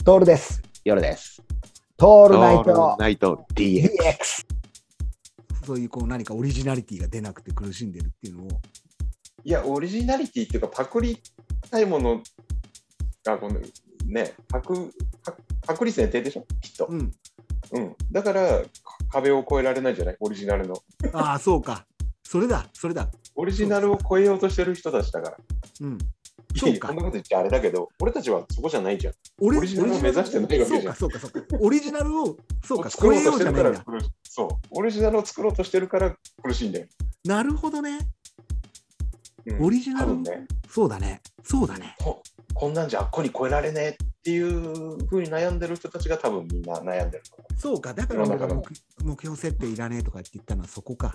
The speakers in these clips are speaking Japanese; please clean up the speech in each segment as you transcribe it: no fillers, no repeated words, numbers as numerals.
トールです。 夜です。 トールオナイトールナイト DX。 DX。そういう何かオリジナリティが出なくて苦しんでるっていうのを。 いや、オリジナリティっていうか、パクりたいものが、ね、パクリ前提でしょ、きっと。 うん。 だから、壁を越えられないんじゃない、オリジナルの。 ああ、そうか。それだ。 オリジナルを超えようとしてる人たちだから。 うん。 そうか。こんなこと言っちゃあれだけど、俺たちはそこじゃないじゃん。オリジナルを目指してないわけじゃん。 そうか。オリジナルを、超えようじゃないんだ。 そう。オリジナルを作ろうとしてるから苦しいんだよ。 なるほどね。オリジナル、ね、そうだね。 こんなんじゃあっこに超えられねえっていうふうに悩んでる人たちが多分みんな悩んでる。 そうか。だから目標設定いらねえとかって言ったのはそこか。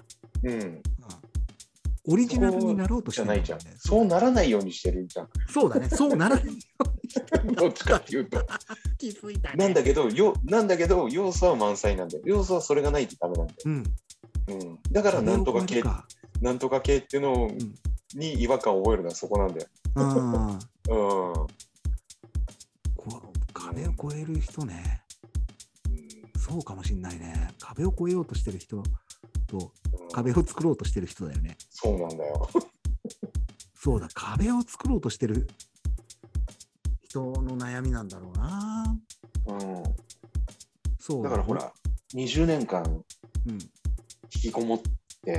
オリジナルになろうとしてないじゃん。そうならないようにしてるじゃん。 そうだね。そうならないようにしてる。 どっちかっていうと。 気づいたね。 なんだけど、要素は満載なんだよ。要素はそれがないとダメなんだよ。だからなんとか系っていうのに違和感を覚えるのはそこなんだよ。 壁を越える人ね。そうかもしんないね。壁を越えようとしてる人と壁を作ろうとしてる人だよね。 そうなんだよ。 そうだ、壁を作ろうとしてる人の悩みなんだろうな。 そうだからほら、20年間引きこもって、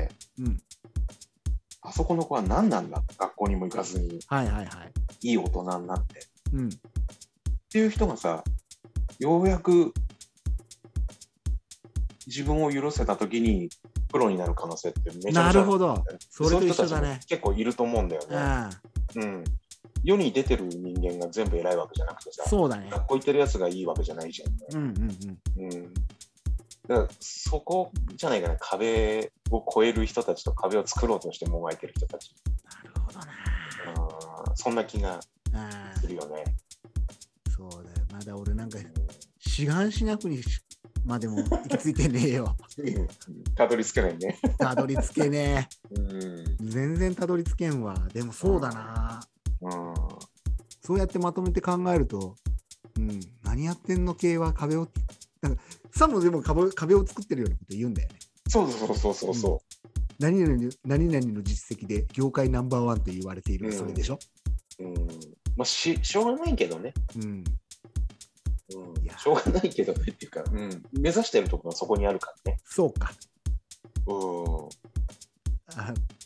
あそこの子は何なんだ、学校にも行かずに、いい大人になって、っていう人がさ、ようやく自分を許せたときにプロになる可能性ってめちゃめちゃ、 なるほど。それと一緒だね。 結構いると思うんだよね。世に出てる人間が全部偉いわけじゃなくてさ、 そうだね。 学校行ってるやつがいいわけじゃないじゃん。だからそこじゃないかな、壁を越える人たちと壁を作ろうとしてもがいてる人たち。 なるほどな。 そんな気がするよね。 そうだよ。まだ俺なんか志願しなくにまでも行き着いてねえよ。 たどり着けないね。 たどり着けねえ。全然たどり着けんわ。でもそうだな。そうやってまとめて考えると、何やってんの系は壁を、さもでも壁を作ってるようなこと言うんだよね。 そう。 何々の実績で業界ナンバーワンと言われている、それでしょ。 まあしょうがないけどね。しょうがないけどねっていうか、目指してるところはそこにあるからね。 そうか。